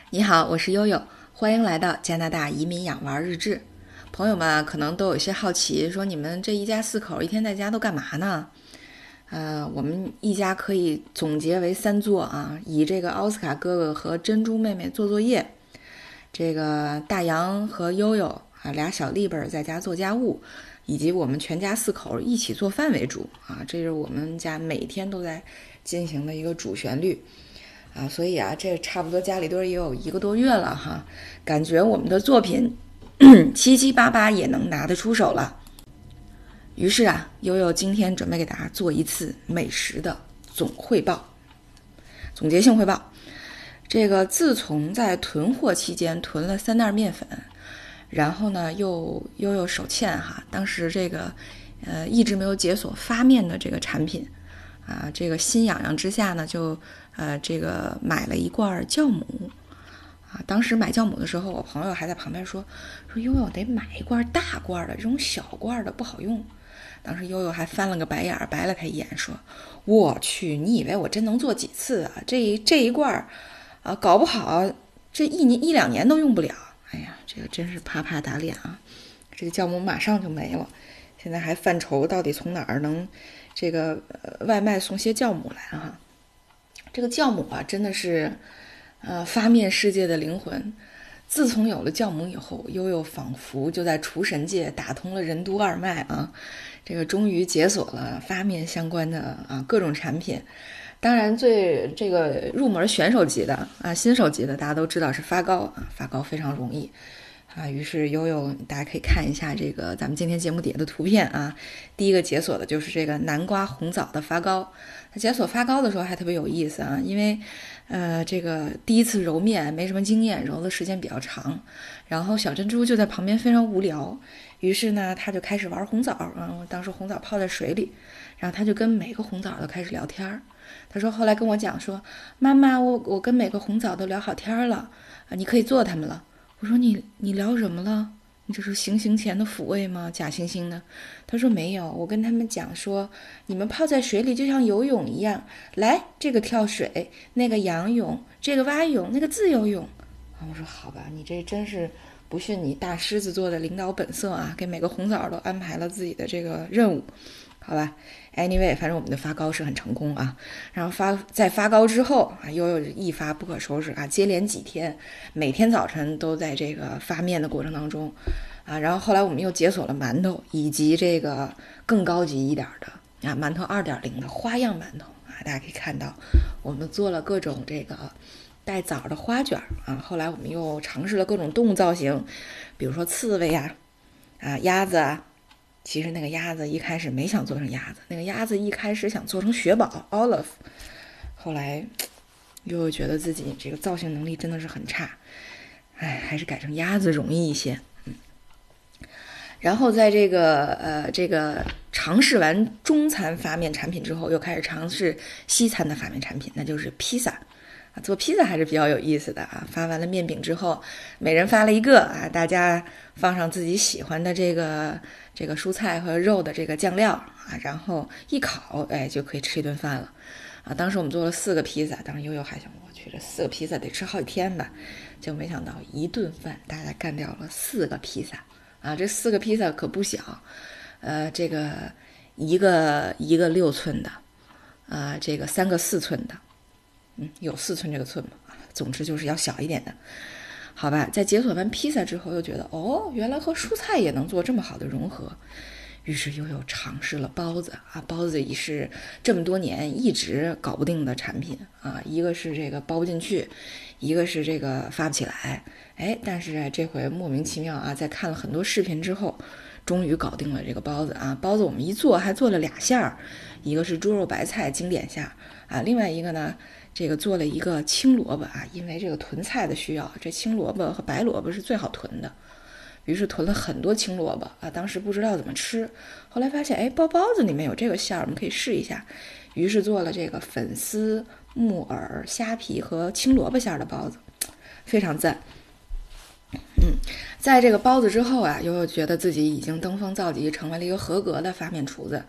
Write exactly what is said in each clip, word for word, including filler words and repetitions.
你好，我是悠悠，欢迎来到加拿大移民养娃日志。朋友们可能都有些好奇，说你们这一家四口一天在家都干嘛呢？呃，我们一家可以总结为三做啊，以这个奥斯卡哥哥和珍珠妹妹做作业，这个大洋和悠悠啊俩小利本在家做家务，以及我们全家四口一起做饭为主啊，这是我们家每天都在进行的一个主旋律。啊，所以啊，这差不多家里蹲也有一个多月了哈，感觉我们的作品七七八八也能拿得出手了。于是啊，悠悠今天准备给大家做一次美食的总汇报，总结性汇报。这个自从在囤货期间囤了三袋面粉，然后呢又悠悠手欠哈，当时这个呃一直没有解锁发面的这个产品。啊，这个心痒痒之下呢，就呃这个买了一罐酵母，啊，当时买酵母的时候，我朋友还在旁边说说悠悠得买一罐大罐的，这种小罐的不好用。当时悠悠还翻了个白眼，白了他一眼，说：“我去，你以为我真能做几次啊？这这一罐啊，搞不好这一年一两年都用不了。哎呀，这个真是啪啪打脸啊！这个酵母马上就没了，现在还犯愁到底从哪儿能。”这个、呃、外卖送些酵母来哈，这个酵母啊，真的是，呃，发面世界的灵魂。自从有了酵母以后，悠悠仿佛就在厨神界打通了任督二脉啊，这个终于解锁了发面相关的啊各种产品。当然，最这个入门选手级的啊，新手级的，大家都知道是发糕啊，发糕非常容易。啊，于是悠悠，大家可以看一下这个咱们今天节目底下的图片啊。第一个解锁的就是这个南瓜红枣的发糕。它解锁发糕的时候还特别有意思啊，因为呃这个第一次揉面没什么经验，揉的时间比较长，然后小珍珠就在旁边非常无聊，于是呢他就开始玩红枣啊。当时红枣泡在水里，然后他就跟每个红枣都开始聊天。他说后来跟我讲说，妈妈，我我跟每个红枣都聊好天了啊，你可以做它们了。我说你你聊什么了？你这是行刑前的抚慰吗？假惺惺的。他说没有，我跟他们讲说，你们泡在水里就像游泳一样，来这个跳水，那个仰泳，这个蛙泳，那个自由泳。啊，我说好吧，你这真是不逊你大狮子座的领导本色啊，给每个红枣都安排了自己的这个任务。好吧 ，anyway， 反正我们的发糕是很成功啊。然后发在发糕之后啊，悠悠一发不可收拾啊，接连几天，每天早晨都在这个发面的过程当中啊。然后后来我们又解锁了馒头，以及这个更高级一点的啊，馒头二点零的花样馒头啊。大家可以看到，我们做了各种这个带枣的花卷啊。后来我们又尝试了各种动物造型，比如说刺猬呀、啊、啊鸭子啊。其实那个鸭子一开始没想做成鸭子，那个鸭子一开始想做成雪宝 Olive， 后来又又觉得自己这个造型能力真的是很差，哎，还是改成鸭子容易一些。嗯，然后在这个呃这个尝试完中餐发面产品之后，又开始尝试西餐的发面产品，那就是披萨。做披萨还是比较有意思的啊！发完了面饼之后，每人发了一个啊，大家放上自己喜欢的这个这个蔬菜和肉的这个酱料啊，然后一烤，哎，就可以吃一顿饭了啊！当时我们做了四个披萨，当时悠悠还想，我去，这四个披萨得吃好几天吧，就没想到一顿饭大家干掉了四个披萨啊！这四个披萨可不小，呃，这个一个一个六寸的，啊，这个三个四寸的。嗯，有四寸这个寸嘛，总之就是要小一点的，好吧。在解锁完披萨之后，又觉得哦，原来和蔬菜也能做这么好的融合，于是又又尝试了包子啊。包子也是这么多年一直搞不定的产品啊，一个是这个包不进去，一个是这个发不起来，哎，但是这回莫名其妙啊，在看了很多视频之后，终于搞定了这个包子啊。包子我们一做还做了俩馅儿，一个是猪肉白菜经典馅啊，另外一个呢。这个做了一个青萝卜啊，因为这个囤菜的需要，这青萝卜和白萝卜是最好囤的，于是囤了很多青萝卜啊。当时不知道怎么吃，后来发现哎，包包子里面有这个馅儿，我们可以试一下，于是做了这个粉丝、木耳、虾皮和青萝卜馅的包子，非常赞。嗯，在这个包子之后啊，悠悠觉得自己已经登峰造极，成为了一个合格的发面厨子。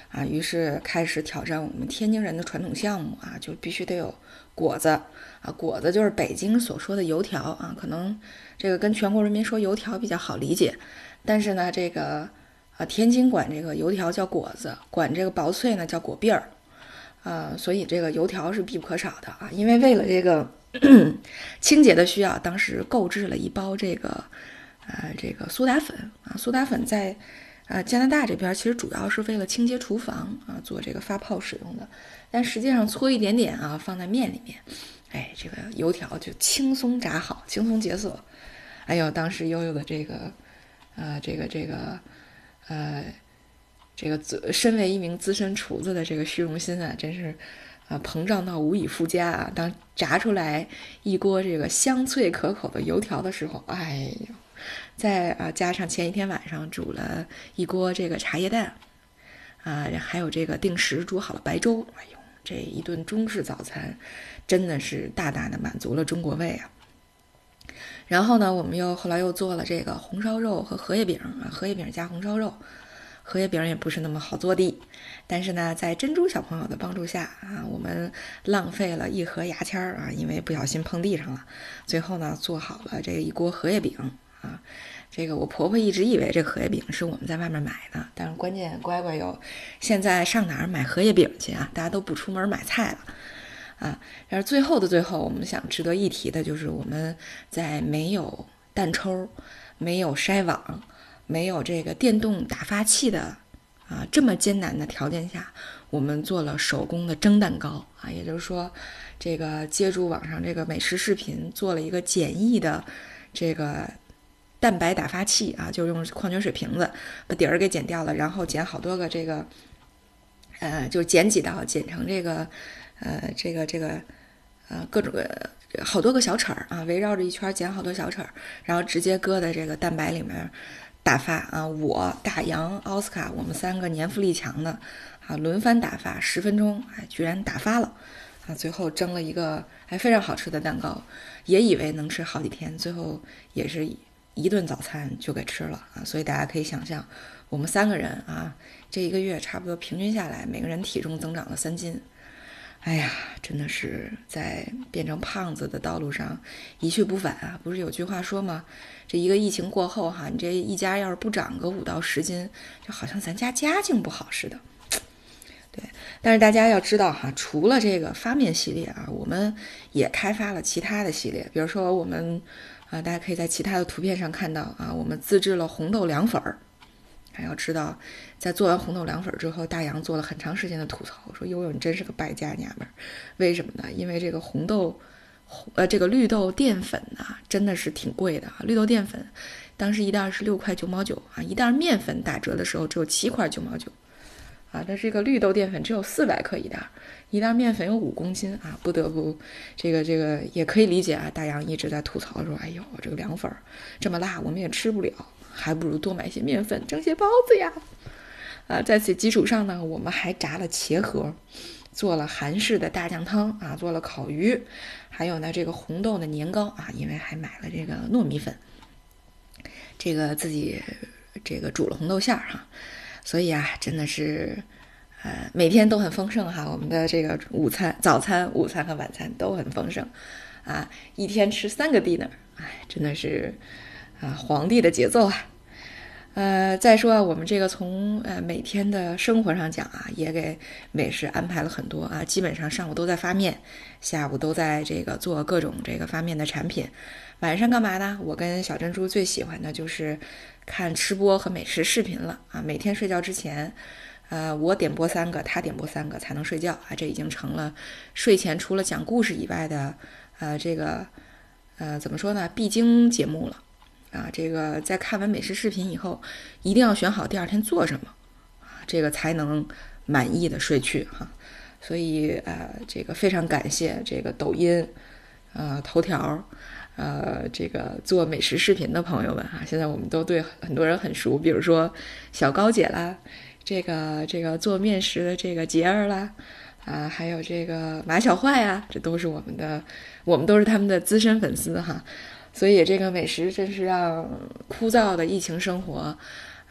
啊，于是开始挑战我们天津人的传统项目啊，就必须得有果子啊，果子就是北京所说的油条啊，可能这个跟全国人民说油条比较好理解，但是呢，这个啊天津管这个油条叫果子，管这个薄脆呢叫果篦儿。啊、呃，所以这个油条是必不可少的啊！因为为了这个清洁的需要，当时购置了一包这个呃这个苏打粉啊。苏打粉在呃加拿大这边其实主要是为了清洁厨房啊，做这个发泡使用的，但实际上搓一点点啊，放在面里面，哎，这个油条就轻松炸好，轻松解锁。哎呦，当时悠悠的这个呃这个这个呃。这个身为一名资深厨子的这个虚荣心啊，真是啊膨胀到无以复加啊！当炸出来一锅这个香脆可口的油条的时候，哎呦，再啊加上前一天晚上煮了一锅这个茶叶蛋啊，还有这个定时煮好了白粥，哎呦，这一顿中式早餐真的是大大的满足了中国胃啊！然后呢，我们又后来又做了这个红烧肉和荷叶饼啊，荷叶饼加红烧肉。荷叶饼也不是那么好做的，但是呢，在珍珠小朋友的帮助下啊，我们浪费了一盒牙签儿啊，因为不小心碰地上了。最后呢，做好了这一锅荷叶饼啊。这个我婆婆一直以为这个荷叶饼是我们在外面买的，但是关键乖乖有，现在上哪儿买荷叶饼去啊？大家都不出门买菜了啊。但是最后的最后，我们想值得一提的就是我们在没有弹抽、没有筛网。没有这个电动打发器的啊这么艰难的条件下，我们做了手工的蒸蛋糕啊，也就是说，这个借助网上这个美食视频做了一个简易的这个蛋白打发器啊，就用矿泉水瓶子把底儿给剪掉了，然后剪好多个这个，呃，就剪几道，剪成这个，呃，这个这个，呃，各种呃好多个小齿儿啊，围绕着一圈剪好多小齿儿，然后直接搁在这个蛋白里面。打发啊，我大洋奥斯卡，我们三个年富力强的啊，轮番打发十分钟，哎，居然打发了啊！最后蒸了一个还非常好吃的蛋糕，也以为能吃好几天，最后也是一顿早餐就给吃了啊！所以大家可以想象，我们三个人啊，这一个月差不多平均下来，每个人体重增长了三斤。哎呀，真的是在变成胖子的道路上一去不返啊！不是有句话说吗？这一个疫情过后哈，你这一家要是不长个五到十斤，就好像咱家家境不好似的。对，但是大家要知道哈，除了这个发面系列啊，我们也开发了其他的系列，比如说我们啊，大家可以在其他的图片上看到啊，我们自制了红豆凉粉儿。还要知道，在做完红豆凉粉之后，大洋做了很长时间的吐槽，说悠悠你真是个败家娘们儿。为什么呢？因为这个红豆，呃，这个绿豆淀粉啊，真的是挺贵的啊。绿豆淀粉当时一袋是六块九毛九啊，一袋面粉打折的时候只有七块九毛九啊。但这个绿豆淀粉只有四百克一袋，一袋面粉有五公斤啊，不得不这个这个也可以理解啊。大洋一直在吐槽说，哎呦，这个凉粉这么辣，我们也吃不了。还不如多买些面粉蒸些包子呀，啊，在此基础上呢，我们还炸了茄盒，做了韩式的大酱汤啊，做了烤鱼，还有呢这个红豆的年糕啊，因为还买了这个糯米粉，这个自己这个煮了红豆馅儿哈，所以啊，真的是呃每天都很丰盛哈，我们的这个午餐、早餐、午餐和晚餐都很丰盛啊，一天吃三个 dinner， 哎，真的是。啊，皇帝的节奏啊，呃，再说啊，我们这个从呃每天的生活上讲啊，也给美食安排了很多啊，基本上上午都在发面，下午都在这个做各种这个发面的产品，晚上干嘛呢？我跟小珍珠最喜欢的就是看吃播和美食视频了啊，每天睡觉之前，呃，我点播三个，他点播三个才能睡觉啊，这已经成了睡前除了讲故事以外的呃这个呃怎么说呢，必经节目了。啊，这个在看完美食视频以后，一定要选好第二天做什么，啊，这个才能满意的睡去哈。所以呃，这个非常感谢这个抖音、呃头条、呃这个做美食视频的朋友们哈。现在我们都对很多人很熟，比如说小高姐啦，这个这个做面食的这个杰儿啦，啊，还有这个马小坏啊，这都是我们的，我们都是他们的资深粉丝哈。所以这个美食真是让枯燥的疫情生活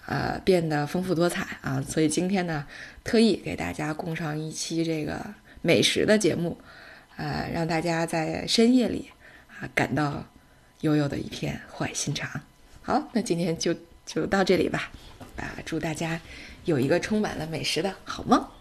呃变得丰富多彩啊。所以今天呢，特意给大家供上一期这个美食的节目，呃，让大家在深夜里啊感到悠悠的一片坏心肠。好，那今天就就到这里吧，啊，祝大家有一个充满了美食的好梦。